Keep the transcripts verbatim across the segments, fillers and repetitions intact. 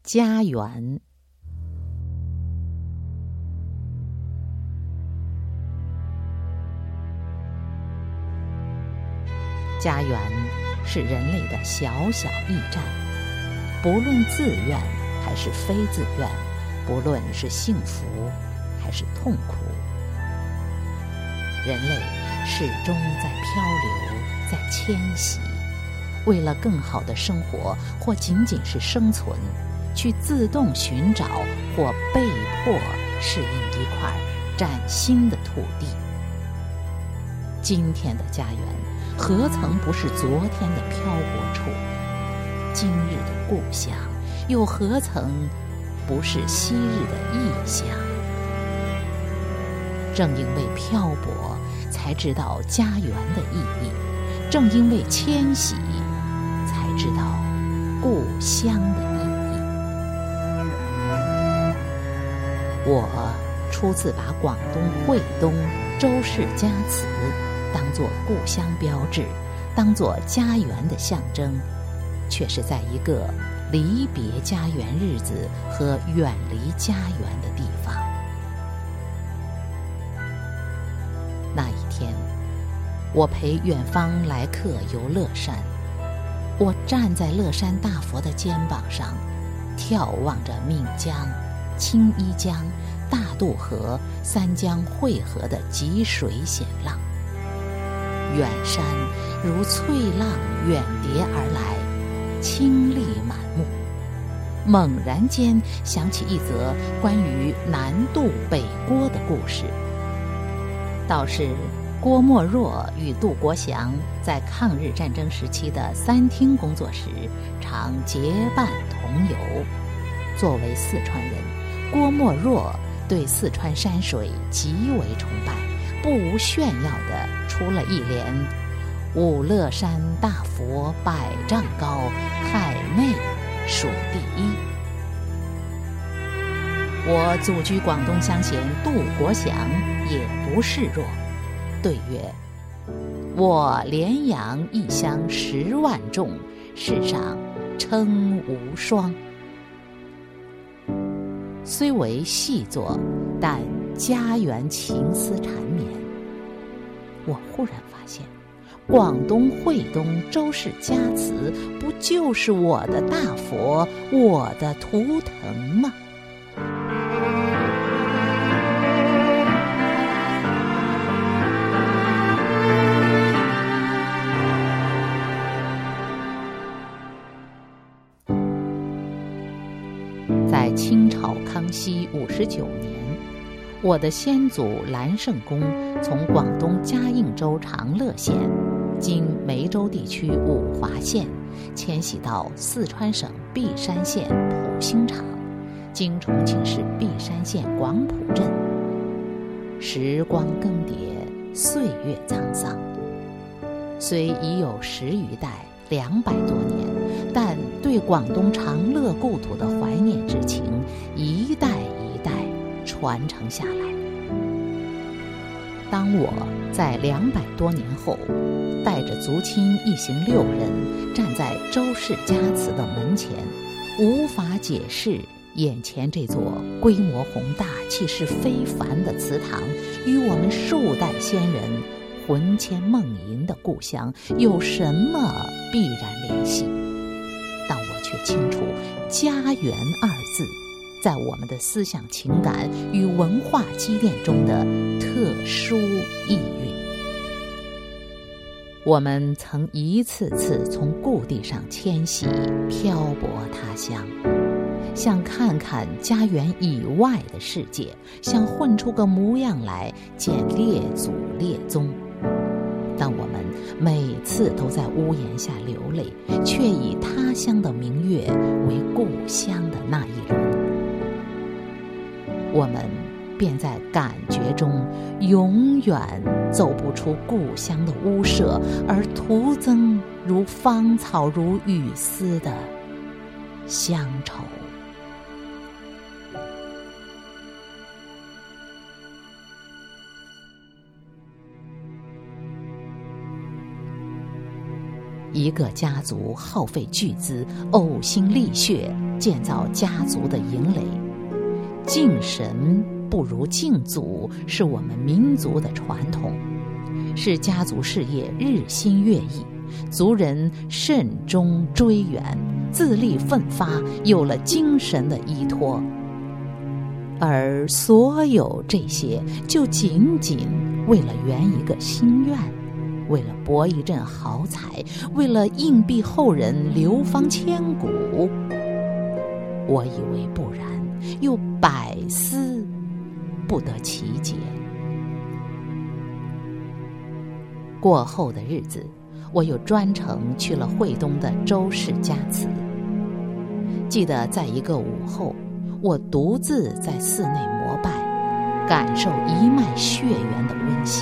家园。家园是人类的小小驿站，不论自愿还是非自愿，不论是幸福还是痛苦，人类始终在漂流，在迁徙，为了更好的生活，或仅仅是生存，去自动寻找或被迫适应一块崭新的土地。今天的家园何曾不是昨天的漂泊处？今日的故乡又何曾不是昔日的异乡？正因为漂泊，才知道家园的意义；正因为迁徙，才知道故乡的意义。我初次把广东惠东周氏家祠当作故乡标志，当作家园的象征，却是在一个离别家园日子和远离家园的地方。那一天，我陪远方来客游乐山，我站在乐山大佛的肩膀上，眺望着岷江、青衣江、大渡河三江汇合的急水险浪。远山如翠浪远叠而来，清丽满目。猛然间想起一则关于南渡北郭的故事。道是郭沫若与杜国祥在抗日战争时期的三厅工作时常结伴同游。作为四川人，郭沫若对四川山水极为崇拜，不无炫耀地出了一联：五乐山大佛百丈高，海内数第一。我祖居广东乡贤杜国祥也不示弱，对曰：我连阳一乡十万众，世上称无双。虽为细作，但家园情思缠绵。我忽然发现，广东惠东周氏家祠不就是我的大佛，我的图腾吗？在清朝康熙五十九年，我的先祖蓝圣公从广东嘉应州长乐县（今梅州地区五华县）迁徙到四川省璧山县普兴场（今重庆市璧山县广普镇）。时光更迭，岁月沧桑，虽已有十余代、两百多年，但对广东长乐故土的怀念之情，一代一代传承下来。当我在两百多年后，带着族亲一行六人站在周氏家祠的门前，无法解释眼前这座规模宏大、气势非凡的祠堂与我们数代先人魂牵梦萦的故乡有什么必然联系，但我却清楚家园二字在我们的思想情感与文化积淀中的特殊意蕴。我们曾一次次从故地上迁徙，漂泊他乡，想看看家园以外的世界，想混出个模样来见列祖列宗。但我们每次都在屋檐下流泪，却以他乡的明月为故乡的那一轮。我们便在感觉中永远走不出故乡的屋舍，而徒增如芳草如雨丝的乡愁。一个家族耗费巨资，呕心沥血， 建造家族的营垒。敬神不如敬祖是我们民族的传统，是家族事业日新月异，族人慎终追远，自立奋发，有了精神的依托。而所有这些，就仅仅为了圆一个心愿，为了博一阵豪财，为了硬币后人流芳千古。我以为不然，又百思不得其解。过后的日子，我又专程去了惠东的周氏家祠。记得在一个午后，我独自在寺内膜拜，感受一脉血缘的温馨。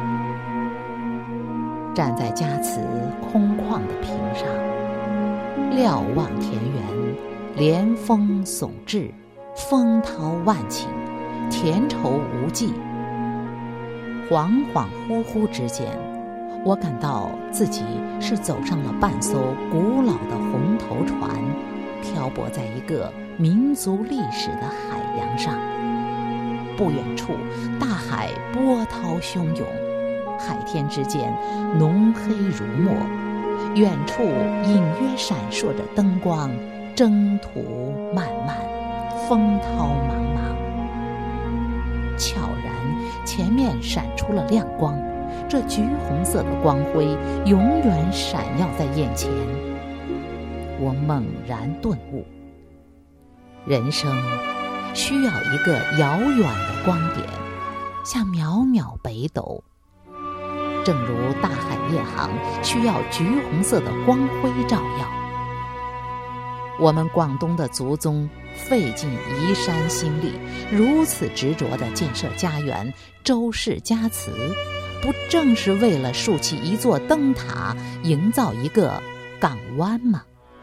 站在家祠空旷的屏上，瞭望田园，连峰耸峙，风涛万顷，田畴无际。恍恍惚惚之间，我感到自己是走上了半艘古老的红头船，漂泊在一个民族历史的海洋上。不远处，大海波涛汹涌，海天之间浓黑如墨，远处隐约闪烁着灯光，征途漫漫，风涛茫茫。悄然，前面闪出了亮光，这橘红色的光辉永远闪耀在眼前。我猛然顿悟，人生需要一个遥远的光点，像渺渺北斗，正如大海夜航需要橘红色的光辉照耀。我们广东的族宗费尽移山心力，如此执着地建设家园周氏家祠，不正是为了竖起一座灯塔，营造一个港湾吗？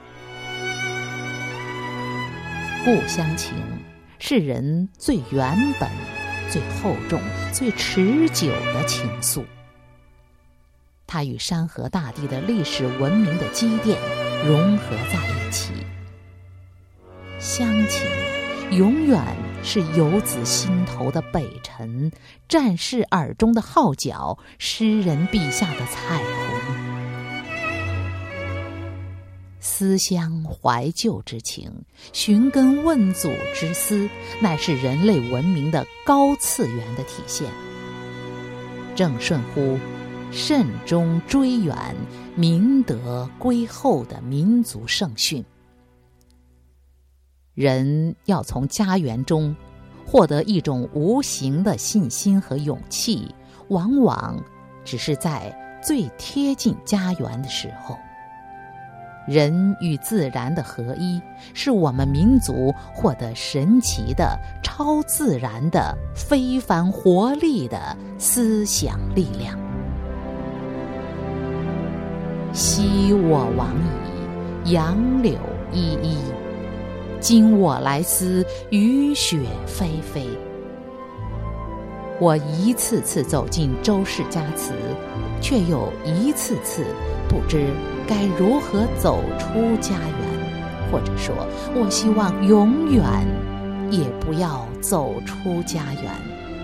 故乡情是人最原本、最厚重、最持久的情愫，它与山河大地的历史文明的积淀融合在一起。乡情永远是游子心头的北辰，战士耳中的号角，诗人笔下的彩虹。思乡怀旧之情，寻根问祖之思，乃是人类文明的高次元的体现。正顺乎慎终追远，明德归厚的民族圣训。人要从家园中获得一种无形的信心和勇气，往往只是在最贴近家园的时候。人与自然的合一，是我们民族获得神奇的、超自然的、非凡活力的思想力量。昔我往矣，杨柳依依，今我来思，雨雪霏霏。我一次次走进周氏家祠，却又一次次不知该如何走出家园，或者说，我希望永远也不要走出家园。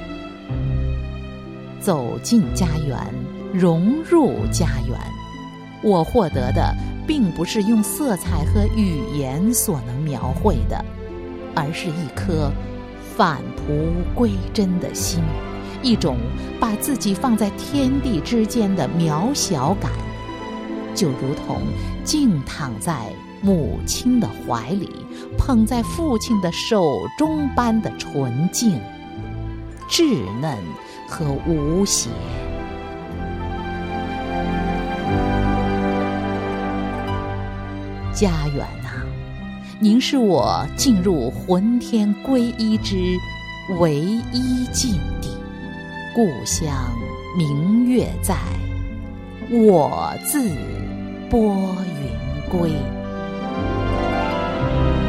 走进家园，融入家园，我获得的并不是用色彩和语言所能描绘的，而是一颗返璞归真的心，一种把自己放在天地之间的渺小感，就如同静躺在母亲的怀里，捧在父亲的手中般的纯净、稚嫩和无邪。家园啊，您是我进入魂天归一之唯一境地。故乡明月在，我自拨云归。